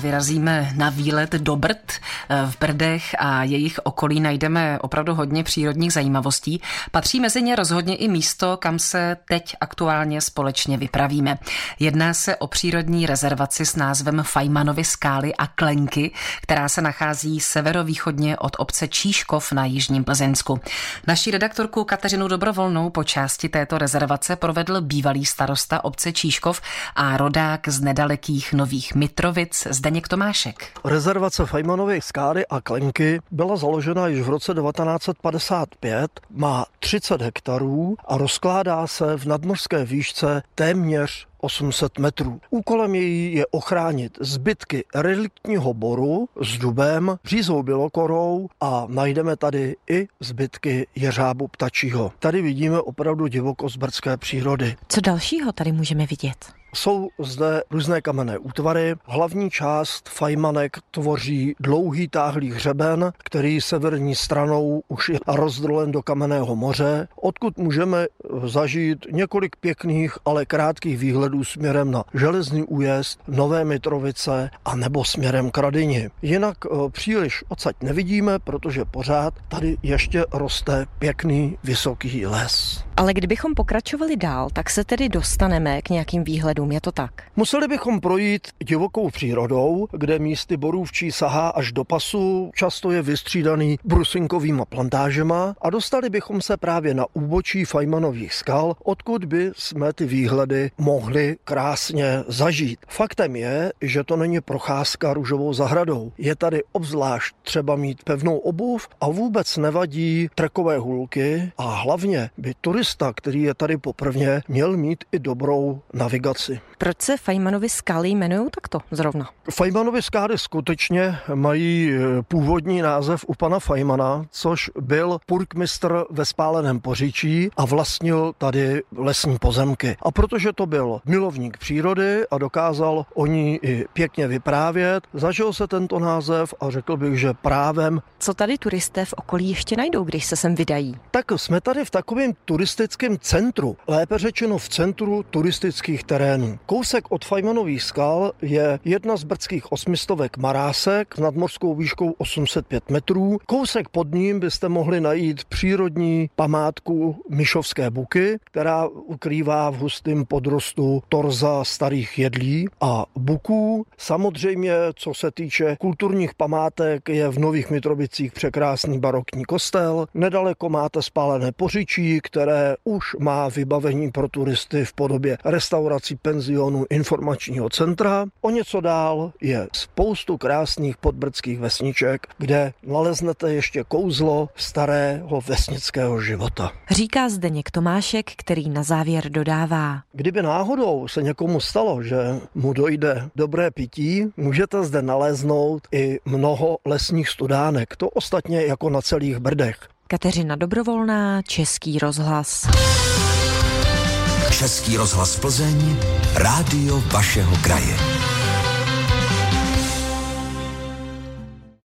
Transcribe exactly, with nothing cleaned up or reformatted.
vyrazíme na výlet do Brd. V Brdech a jejich okolí najdeme opravdu hodně přírodních zajímavostí. Patří mezi ně rozhodně i místo, kam se teď aktuálně společně vypravíme. Jedná se o přírodní rezervaci s názvem Fajmanovy skály a Klenky, která se nachází severovýchodně od obce Čížkov na jižním Plzeňsku. Naší redaktorku Kateřinu Dobrovolnou po části této rezervace provedl bývalý starosta obce Čížkov a rodák z nedalekých Nových Mitrovic Zdeněk Tomášek. Rezervace Fajmanovy skály a Klenky byla založena již v roce devatenáct set padesát pět, má třicet hektarů a rozkládá se v nadmořské výšce téměř osm set metrů. Úkolem její je ochránit zbytky reliktního boru s dubem, řízou bělokorou a najdeme tady i zbytky jeřábu ptačího. Tady vidíme opravdu divokost brdské přírody. Co dalšího tady můžeme vidět? Jsou zde různé kamenné útvary. Hlavní část Fajmanek tvoří dlouhý táhlý hřeben, který severní stranou už je rozdrolen do Kamenného moře, odkud můžeme zažít několik pěkných, ale krátkých výhledů směrem na Železný Újezd, Nové Mitrovice a nebo směrem k Radyni. Jinak příliš odsaď nevidíme, protože pořád tady ještě roste pěkný vysoký les. Ale kdybychom pokračovali dál, tak se tedy dostaneme k nějakým výhledům, je to tak? Museli bychom projít divokou přírodou, kde místy borůvčí sahá až do pasu, často je vystřídaný brusinkovýma plantážema a dostali bychom se právě na úbočí Fajmanových skal, odkud by jsme ty výhledy mohli krásně zažít. Faktem je, že to není procházka růžovou zahradou. Je tady obzvlášť třeba mít pevnou obuv a vůbec nevadí trekové hůlky a hlavně by turista, který je tady poprvé, měl mít i dobrou navigaci. Proč se Fajmanovy skály jmenují takto zrovna? Fajmanovy skály skutečně mají původní název u pana Fajmana, což byl purkmistr ve Spáleném Poříčí a vlastnil tady lesní pozemky. A protože to byl milovník přírody a dokázal o ní i pěkně vyprávět, zažil se tento název a řekl bych, že právem. Co tady turisté v okolí ještě najdou, když se sem vydají? Tak jsme tady v takovém turistickém centru, lépe řečeno v centru turistických terénů. Kousek od Fajmanových skal je jedna z brdských osmistovek Marásek s nadmořskou výškou osm set pět metrů. Kousek pod ním byste mohli najít přírodní památku Myšovské buky, která ukrývá v hustém podrostu torza starých jedlí a buků. Samozřejmě, co se týče kulturních památek, je v Nových Mitrovicích překrásný barokní kostel. Nedaleko máte Spálené Poříčí, které už má vybavení pro turisty v podobě restaurací, penzionu, informačního centra. O něco dál je spoustu krásných podbrdských vesniček, kde naleznete ještě kouzlo starého vesnického života. Říká Zdeněk Tomášek, který na závěr dodává. Kdyby náhodou se někomu stalo, že mu dojde dobré pití, můžete zde naléznout i mnoho lesních studánek. To ostatně jako na celých Brdech. Kateřina Dobrovolná, Český rozhlas. Český rozhlas Plzeň, rádio vašeho kraje.